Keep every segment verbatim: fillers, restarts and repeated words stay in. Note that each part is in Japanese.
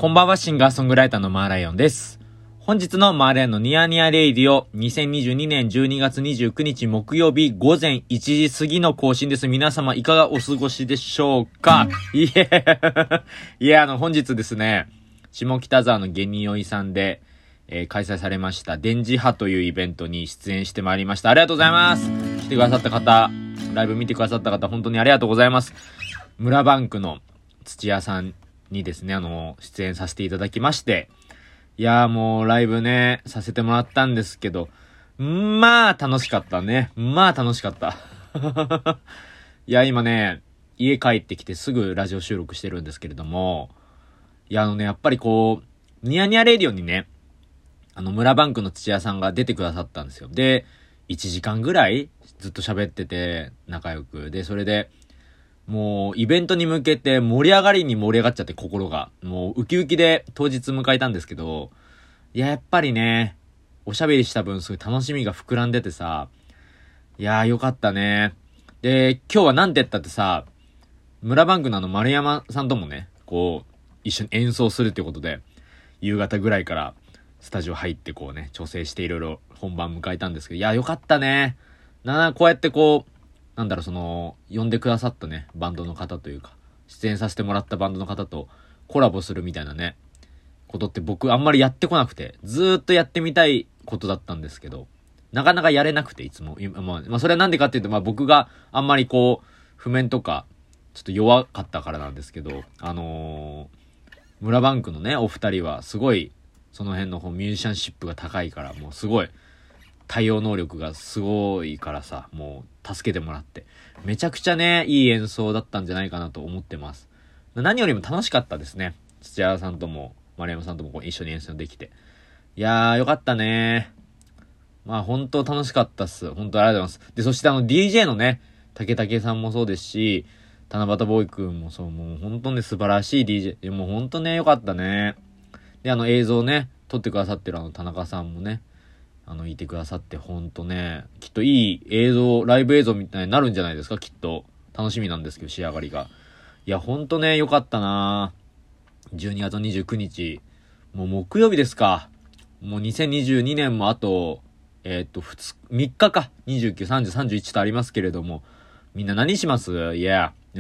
こんばんは、シンガーソングライターのマーライオンです。本日のマーライオンのニヤニヤレイディオ、にせんにじゅうにねんじゅうにがつにじゅうくにち木曜日午前いちじ過ぎの更新です。皆様いかがお過ごしでしょうか？いえ、いや、あの、本日ですね、下北沢のゲニオイさんで、えー、開催されました電磁波というイベントに出演してまいりました。ありがとうございます。来てくださった方、ライブ見てくださった方、本当にありがとうございます。村バンクの土屋さんにですね、あの、出演させていただきまして、いやーもうライブね、させてもらったんですけど、まあ楽しかったね。まあ楽しかった。いや、今ね、家帰ってきてすぐラジオ収録してるんですけれども、いや、あのね、やっぱりこう、ニヤニヤレディオにね、あの、村バンクの土屋さんが出てくださったんですよ。で、いちじかんぐらいずっと喋ってて、仲良く。で、それで、もう、イベントに向けて盛り上がりに盛り上がっちゃって、心が。もう、ウキウキで当日迎えたんですけど、いや、やっぱりね、おしゃべりした分、すごい楽しみが膨らんでてさ、いやーよかったね。で、今日はなんて言ったってさ、村バンクのあの丸山さんともね、こう、一緒に演奏するっていうことで、夕方ぐらいからスタジオ入ってこうね、調整していろいろ本番迎えたんですけど、いや、よかったね。な、こうやってこう、なんだろう、その、呼んでくださったね、バンドの方というか、出演させてもらったバンドの方とコラボするみたいなね、ことって僕あんまりやってこなくて、ずーっとやってみたいことだったんですけど、なかなかやれなくて、いつも。今、まあ、まあ、それはなんでかっていうと、まあ僕があんまりこう、譜面とか、ちょっと弱かったからなんですけど、あのー、村バンクのね、お二人はすごい、その辺のミュージシャンシップが高いから、もうすごい、対応能力がすごいからさ、もう助けてもらって。めちゃくちゃね、いい演奏だったんじゃないかなと思ってます。何よりも楽しかったですね。土屋さんとも、丸山さんともこう一緒に演奏できて。いやー、よかったね。まあ本当楽しかったっす。本当ありがとうございます。で、そしてあの ディージェー のね、竹竹さんもそうですし、七夕ボーイくんもそう、もう本当に素晴らしい ディージェー。もう本当ね、よかったね。で、あの映像ね、撮ってくださってるあの田中さんもね、あの、いてくださって、ほんとね、きっといい映像、ライブ映像みたいになるんじゃないですか、きっと。楽しみなんですけど、仕上がりが。いや、ほんとね、よかったなじゅうにがつにじゅうくにち。もう木曜日ですか。もうにせんにじゅうにねんもあと、えー、っと、ふつ、みっかか。にじゅうく、さんじゅう、さんじゅういちとありますけれども。みんな何します？いや。い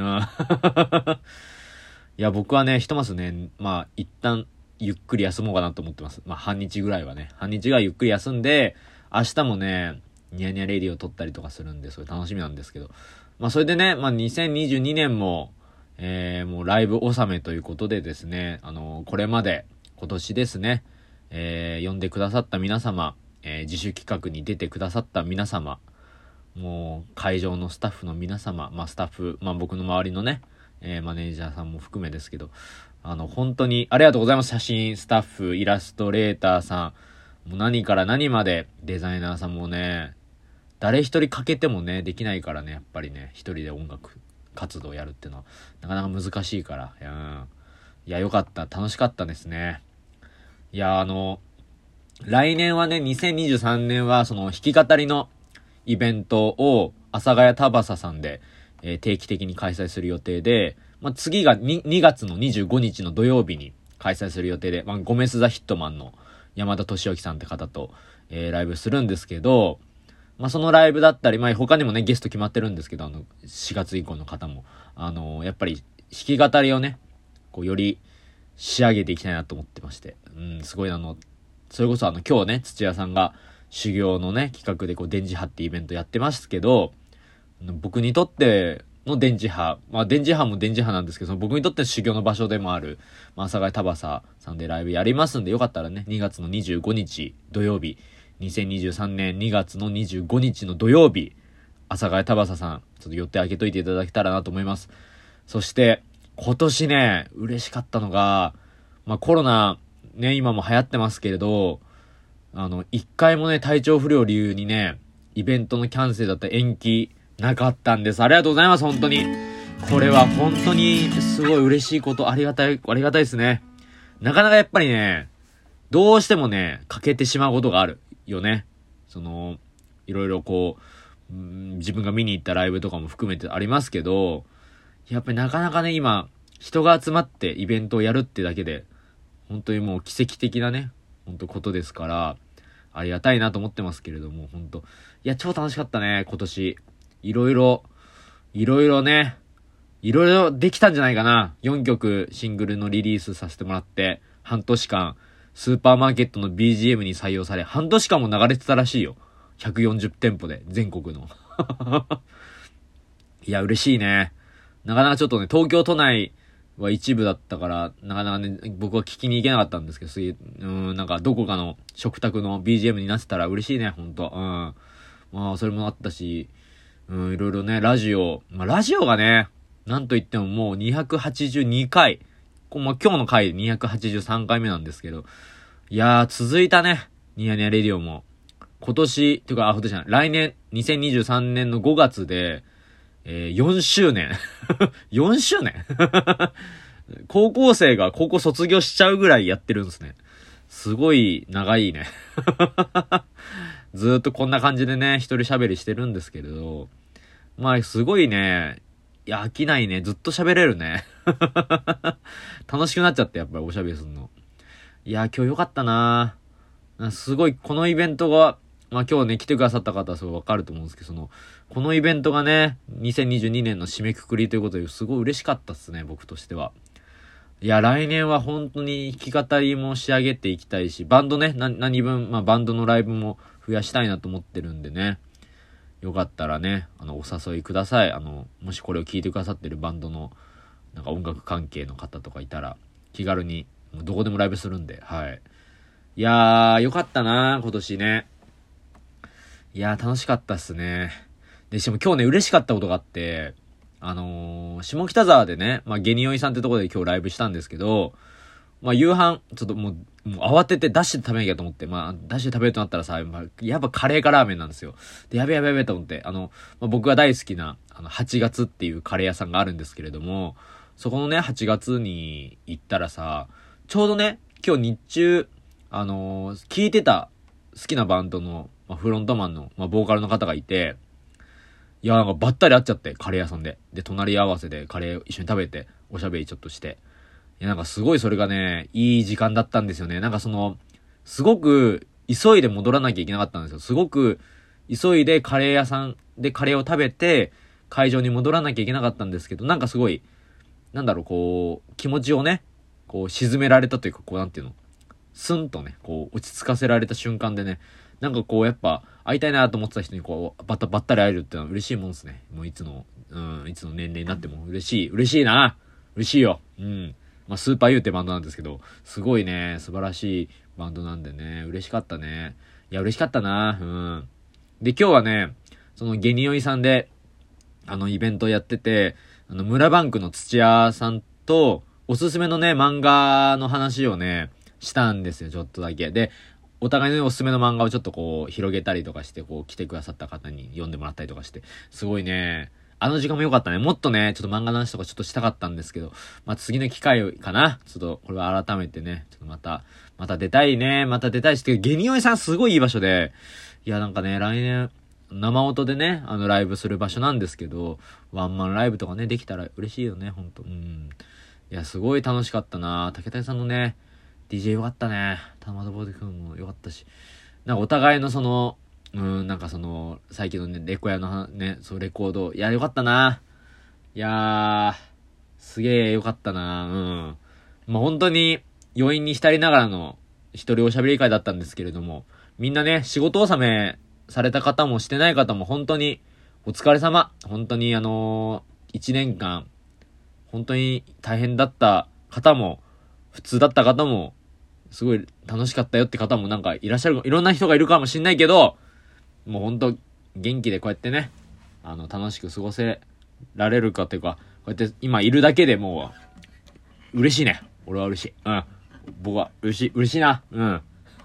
や、僕はね、ひとまずね、まあ、一旦、ゆっくり休もうかなと思ってます。まあ、半日ぐらいはね。半日ぐらいゆっくり休んで、明日もね、ニヤニヤレディを撮ったりとかするんで、それ楽しみなんですけど。まあ、それでね、まあ、にせんにじゅうにねんも、えー、もうライブ納めということでですね、あのー、これまで、今年ですね、えー、呼んでくださった皆様、えー、自主企画に出てくださった皆様、もう、会場のスタッフの皆様、まあ、スタッフ、まあ、僕の周りのね、えー、マネージャーさんも含めですけど、あの、本当にありがとうございます。写真、スタッフ、イラストレーターさん、もう何から何まで、デザイナーさんもね、誰一人欠けてもね、できないからね、やっぱりね、一人で音楽活動をやるっていうのは、なかなか難しいから、うん。いや、よかった。楽しかったですね。いや、あの、来年はね、にせんにじゅうさんねんは、その、弾き語りのイベントを、阿佐ヶ谷タバサさんで、えー、定期的に開催する予定で、まあ、次が 2, にがつのにじゅうごにちの土曜日に開催する予定で、まあ、ゴメス・ザ・ヒットマンの山田俊之さんって方と、えー、ライブするんですけど、まあ、そのライブだったり、まあ、他にもね、ゲスト決まってるんですけど、あの、しがつ以降の方も、あのー、やっぱり、弾き語りをね、こう、より仕上げていきたいなと思ってまして、うん、すごいあの、それこそあの、今日ね、土屋さんが修行のね、企画でこう、電磁波ってイベントやってますけど、僕にとっての電磁波、まあ電磁波も電磁波なんですけど、その僕にとっての修行の場所でもある、まあ、阿佐ヶ谷タバサさんでライブやりますんで、よかったらね、にがつのにじゅうごにち土曜日、にせんにじゅうさんねんにがつのにじゅうごにちの土曜日、阿佐ヶ谷タバサさん、ちょっと予定開けといていただけたらなと思います。そして、今年ね、嬉しかったのが、まあコロナ、ね、今も流行ってますけれど、あの、一回もね、体調不良理由にね、イベントのキャンセルだった延期、なかったんです。ありがとうございます、本当に。これは本当にすごい嬉しいこと、ありがたい、ありがたいですね。なかなかやっぱりね、どうしてもね、欠けてしまうことがあるよね。その、いろいろこう、うん、自分が見に行ったライブとかも含めてありますけど、やっぱりなかなかね、今、人が集まってイベントをやるってだけで、 本当にもう奇跡的なね、本当ことですから、ありがたいなと思ってますけれども、本当いや、超楽しかったね、今年。いろいろ、いろいろね、いろいろできたんじゃないかな。よんきょくシングルのリリースさせてもらって、半年間、スーパーマーケットの ビージーエム に採用され、半年間も流れてたらしいよ。ひゃくよんじゅうてんぽで、全国の。いや、嬉しいね。なかなかちょっとね、東京都内は一部だったから、なかなかね、僕は聞きに行けなかったんですけど、そういう、うん、なんかどこかの食卓の ビージーエム になってたら嬉しいね、ほんと。うん。まあ、それもあったし、うん、いろいろね、ラジオ。まあ、ラジオがね、なんといってももうにひゃくはちじゅうにかい。こまあ、今日の回にひゃくはちじゅうさんかいめなんですけど。いやー、続いたね。ニヤニヤレディオも。今年、てか、あ、今年じゃない。来年、にせんにじゅうさんねんのごがつで、えー、よんしゅうねん。よんしゅうねん高校生が高校卒業しちゃうぐらいやってるんですね。すごい長いね。ずーっとこんな感じでね、一人喋りしてるんですけれど。まあ、すごいね、いや、飽きないね。ずっと喋れるね。楽しくなっちゃって、やっぱりおしゃべりするの。いや、今日よかったな。すごい、このイベントが、まあ今日ね、来てくださった方はすごいわかると思うんですけど、その、このイベントがね、にせんにじゅうにねんの締めくくりということで、すごい嬉しかったっすね、僕としては。いや、来年は本当に弾き語りも仕上げていきたいし、バンドね、な、何分、まあバンドのライブも増やしたいなと思ってるんでね。よかったらね、あの、お誘いください。あの、もしこれを聞いてくださってるバンドの、なんか音楽関係の方とかいたら、気軽に、どこでもライブするんで、はい。いやー、よかったなー、今年ね。いやー、楽しかったっすね。で、しかも今日ね、嬉しかったことがあって、あのー、下北沢でね、まあ、ゲニオイさんってところで今日ライブしたんですけど、まあ、夕飯、ちょっともう、もう慌ててダッシュで食べなきゃと思って、まあ、ダッシュで食べるとなったらさ、まあ、やっぱカレーかラーメンなんですよ。で、やべやべやべと思って、あの、まあ、僕が大好きな、あの、はちがつっていうカレー屋さんがあるんですけれども、そこのね、はちがつに行ったらさ、ちょうどね、今日日中、あのー、聞いてた好きなバンドの、まあ、フロントマンの、まあ、ボーカルの方がいて、いや、なんかばったり会っちゃって、カレー屋さんで。で、隣り合わせでカレー一緒に食べて、おしゃべりちょっとして。いや、なんかすごいそれがね、いい時間だったんですよね。なんかその、すごく急いで戻らなきゃいけなかったんですよ。すごく急いでカレー屋さんでカレーを食べて、会場に戻らなきゃいけなかったんですけど、なんかすごい、なんだろう、こう、気持ちをね、こう、沈められたというか、こう、なんていうの、スンとね、こう、落ち着かせられた瞬間でね、なんかこう、やっぱ、会いたいなと思ってた人にこう、ばったばったり会えるってのは嬉しいもんですね。もういつの、うん、いつの年齢になっても嬉しい。嬉しいな。嬉しいよ。うん。まあ、スーパーユーってバンドなんですけど、すごいね、素晴らしいバンドなんでね、嬉しかったね。いや、嬉しかったな。うん。で、今日はね、そのゲニオイさんで、あの、イベントやってて、あの、村バンクの土屋さんと、おすすめのね、漫画の話をね、したんですよ、ちょっとだけ。で、お互いの、ね、おすすめの漫画をちょっとこう、広げたりとかして、こう、来てくださった方に読んでもらったりとかして、すごいね、あの時間も良かったね。もっとね、ちょっと漫画の話とかちょっとしたかったんですけど、まあ、次の機会かな。ちょっと、これは改めてね、ちょっとまた、また出たいね、また出たいし、てゲニオイさんすごいいい場所で、いや、なんかね、来年、生音でね、あの、ライブする場所なんですけど、ワンマンライブとかね、できたら嬉しいよね、ほんと。うん。いや、すごい楽しかったな。竹谷さんのね、ディージェー よかったね。玉田ボーディ君もよかったし。なんかお互いのその、うん、なんかその、最近のね、レコヤのね、そう、レコード。いや、よかったな。いやー、すげーよかったな。うん。まあ、本当に余韻に浸りながらの一人おしゃべり会だったんですけれども、みんなね、仕事納めされた方もしてない方も本当にお疲れ様。本当にあのー、一年間、本当に大変だった方も、普通だった方も、すごい楽しかったよって方もなんかいらっしゃる、いろんな人がいるかもしんないけど、もう本当元気でこうやってね、あの、楽しく過ごせられるかというか、こうやって今いるだけでもう、嬉しいね。俺は嬉しい。うん。僕は嬉しい、嬉しいな。うん。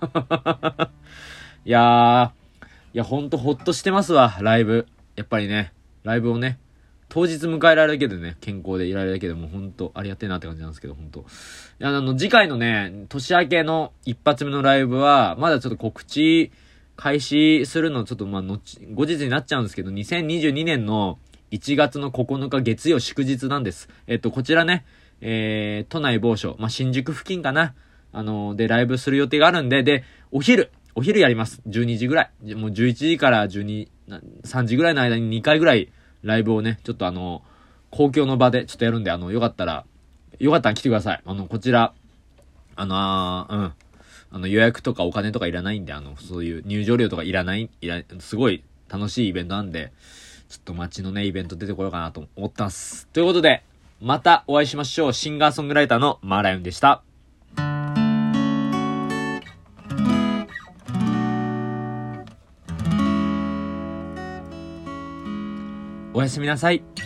いやー、いやほんとほっとしてますわ、ライブ。やっぱりね、ライブをね、当日迎えられるだけでね、健康でいられるだけでもほんとありがてえなって感じなんですけど、ほんと。いや、あの、次回のね、年明けの一発目のライブは、まだちょっと告知開始するのちょっとまあ、後、後日になっちゃうんですけど、にせんにじゅうにねんのいちがつのここのか月曜祝日なんです。えっと、こちらね、えー、都内某所、まあ、新宿付近かな。 あのー、で、ライブする予定があるんで、で、お昼、お昼やります。じゅうにじぐらい。もうじゅういちじからじゅうに、さんじぐらいの間ににかいぐらいライブをね、ちょっとあのー、公共の場でちょっとやるんで、あの、よかったら、よかったら来てください。あの、こちら、あのー、うん。あの、予約とかお金とかいらないんで、あの、そういう入場料とかいらない、いら、すごい楽しいイベントなんで、ちょっと街のね、イベント出てこようかなと思ってます。ということで、またお会いしましょう。シンガーソングライターのマーライオンでした。おやすみなさい。